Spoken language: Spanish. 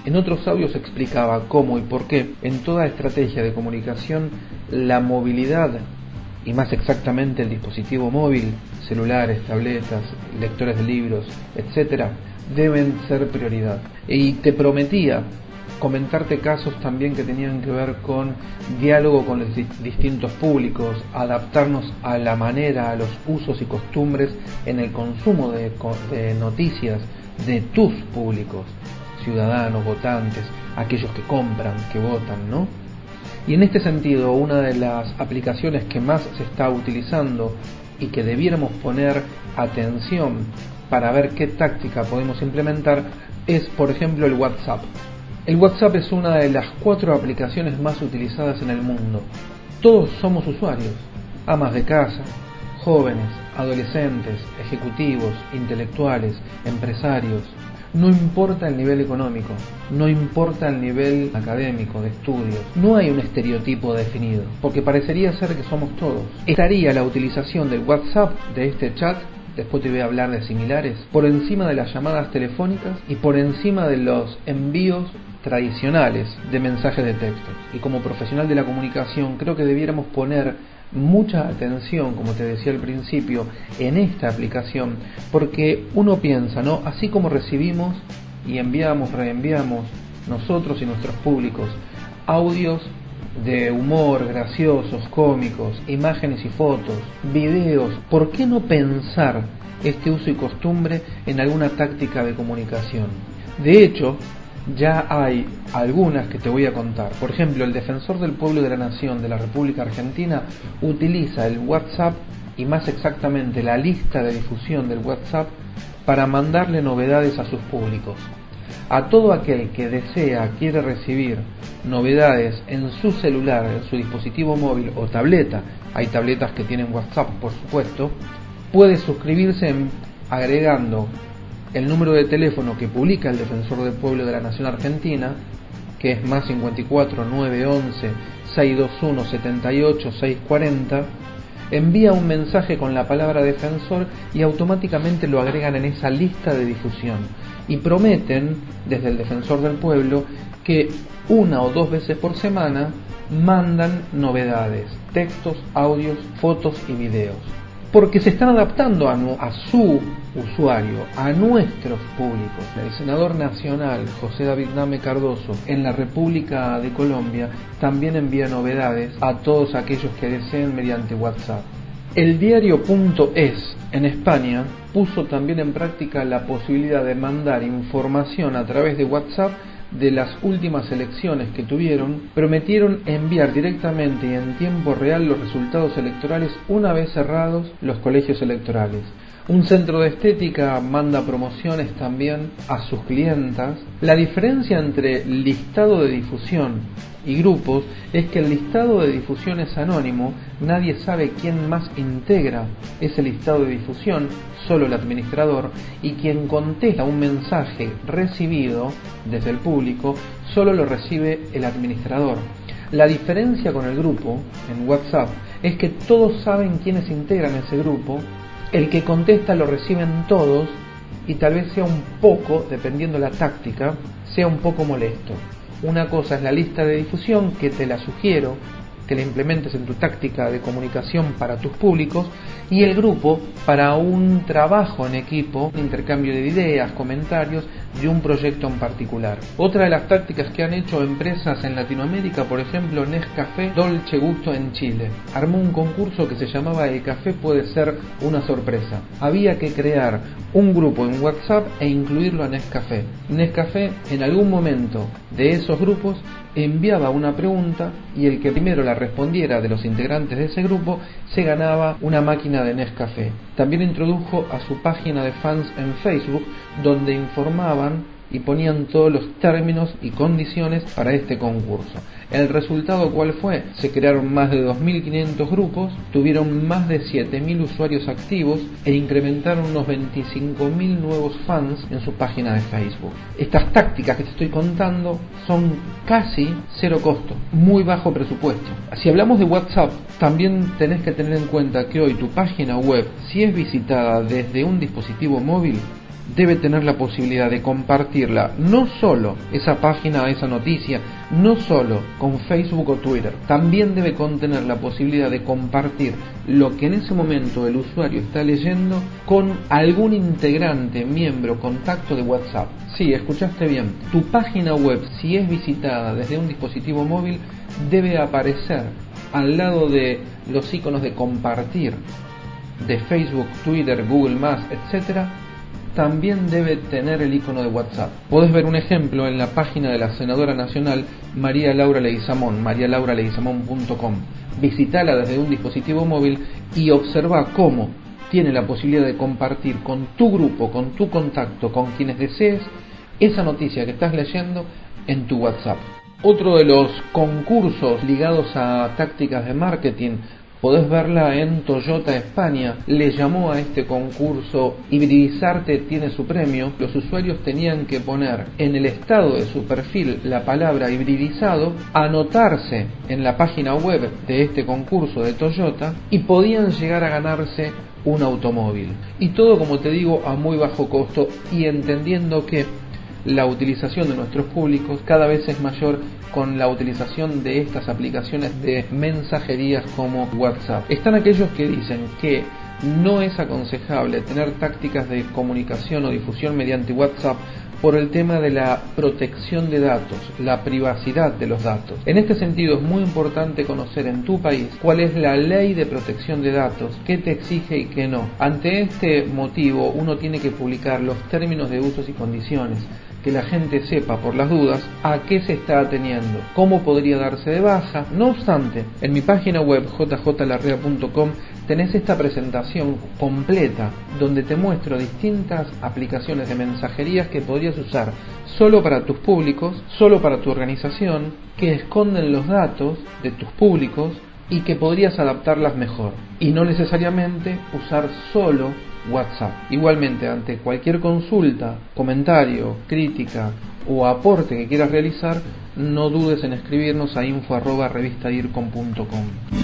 En otros audios explicaba cómo y por qué en toda estrategia de comunicación la movilidad, y más exactamente el dispositivo móvil, celulares, tabletas, lectores de libros, etcétera, deben ser prioridad. Y te prometía comentarte casos también que tenían que ver con diálogo con los distintos públicos, adaptarnos a la manera, a los usos y costumbres en el consumo de noticias de tus públicos, ciudadanos, votantes, aquellos que compran, que votan, ¿no? Y en este sentido, una de las aplicaciones que más se está utilizando y que debiéramos poner atención para ver qué táctica podemos implementar es, por ejemplo, el WhatsApp. El WhatsApp es una de las 4 aplicaciones más utilizadas en el mundo. Todos somos usuarios, amas de casa, jóvenes, adolescentes, ejecutivos, intelectuales, empresarios. No importa el nivel económico, no importa el nivel académico, de estudios. No hay un estereotipo definido, porque parecería ser que somos todos. Estaría la utilización del WhatsApp, de este chat, después te voy a hablar de similares, por encima de las llamadas telefónicas y por encima de los envíos tradicionales de mensajes de texto. Y como profesional de la comunicación creo que debiéramos poner mucha atención, como te decía al principio, en esta aplicación, porque uno piensa, ¿no? Así como recibimos y enviamos, reenviamos nosotros y nuestros públicos audios de humor, graciosos, cómicos, imágenes y fotos, videos, ¿por qué no pensar este uso y costumbre en alguna táctica de comunicación? De hecho, ya hay algunas que te voy a contar. Por ejemplo, el Defensor del Pueblo de la Nación de la República Argentina utiliza el WhatsApp, y más exactamente la lista de difusión del WhatsApp, para mandarle novedades a sus públicos. A todo aquel que quiere recibir novedades en su celular, en su dispositivo móvil o tableta, hay tabletas que tienen WhatsApp, por supuesto, puede suscribirse agregando el número de teléfono que publica el Defensor del Pueblo de la Nación Argentina, que es más 54 911 621 78 640, envía un mensaje con la palabra defensor y automáticamente lo agregan en esa lista de difusión. Y prometen, desde el Defensor del Pueblo, que 1 o 2 veces por semana mandan novedades, textos, audios, fotos y videos. Porque se están adaptando a su usuario, a nuestros públicos. El senador nacional José David Name Cardoso en la República de Colombia también envía novedades a todos aquellos que deseen mediante WhatsApp. El diario.es en España puso también en práctica la posibilidad de mandar información a través de WhatsApp de las últimas elecciones que tuvieron. Prometieron enviar directamente y en tiempo real los resultados electorales una vez cerrados los colegios electorales. Un centro de estética manda promociones también a sus clientas. La diferencia entre listado de difusión y grupos es que el listado de difusión es anónimo, nadie sabe quién más integra ese listado de difusión, solo el administrador, y quien contesta un mensaje recibido desde el público solo lo recibe el administrador. La diferencia con el grupo en WhatsApp es que todos saben quiénes integran ese grupo, el que contesta lo reciben todos y tal vez sea un poco, dependiendo la táctica, sea un poco molesto. Una cosa es la lista de difusión, que te la sugiero que la implementes en tu táctica de comunicación para tus públicos, y el grupo para un trabajo en equipo, intercambio de ideas, comentarios de un proyecto en particular. Otra de las tácticas que han hecho empresas en Latinoamérica, por ejemplo Nescafé Dolce Gusto en Chile, armó un concurso que se llamaba El Café Puede Ser Una Sorpresa. Había que crear un grupo en WhatsApp e incluirlo a Nescafé. Nescafé en algún momento de esos grupos enviaba una pregunta y el que primero la respondiera de los integrantes de ese grupo se ganaba una máquina de Nescafé. También introdujo a su página de fans en Facebook, donde informaban y ponían todos los términos y condiciones para este concurso. ¿El resultado cuál fue? Se crearon más de 2.500 grupos, tuvieron más de 7.000 usuarios activos e incrementaron unos 25.000 nuevos fans en su página de Facebook. Estas tácticas que te estoy contando son casi cero costo, muy bajo presupuesto. Si hablamos de WhatsApp, también tenés que tener en cuenta que hoy tu página web, si es visitada desde un dispositivo móvil, debe tener la posibilidad de compartirla, no solo esa página, esa noticia, no solo con Facebook o Twitter, también debe contener la posibilidad de compartir lo que en ese momento el usuario está leyendo con algún integrante, miembro, contacto de WhatsApp. Sí, escuchaste bien, tu página web, si es visitada desde un dispositivo móvil, debe aparecer al lado de los iconos de compartir de Facebook, Twitter, Google+, etcétera, también debe tener el icono de WhatsApp. Podés ver un ejemplo en la página de la senadora nacional María Laura Leguizamón, marialauraleguizamón.com. Visitala desde un dispositivo móvil y observa cómo tiene la posibilidad de compartir con tu grupo, con tu contacto, con quienes desees, esa noticia que estás leyendo en tu WhatsApp. Otro de los concursos ligados a tácticas de marketing, podés verla en Toyota España, le llamó a este concurso Hibridizarte tiene su premio. Los usuarios tenían que poner en el estado de su perfil la palabra hibridizado, anotarse en la página web de este concurso de Toyota y podían llegar a ganarse un automóvil. Y todo, como te digo, a muy bajo costo y entendiendo que la utilización de nuestros públicos cada vez es mayor con la utilización de estas aplicaciones de mensajerías como WhatsApp. Están aquellos que dicen que no es aconsejable tener tácticas de comunicación o difusión mediante WhatsApp por el tema de la protección de datos, la privacidad de los datos. En este sentido es muy importante conocer en tu país cuál es la ley de protección de datos, qué te exige y qué no. Ante este motivo uno tiene que publicar los términos de usos y condiciones, que la gente sepa por las dudas a qué se está ateniendo, cómo podría darse de baja. No obstante, en mi página web jjlarrea.com tenés esta presentación completa donde te muestro distintas aplicaciones de mensajerías que podrías usar solo para tus públicos, solo para tu organización, que esconden los datos de tus públicos y que podrías adaptarlas mejor y no necesariamente usar solo WhatsApp. Igualmente, ante cualquier consulta, comentario, crítica o aporte que quieras realizar, no dudes en escribirnos a info@revistadircom.com.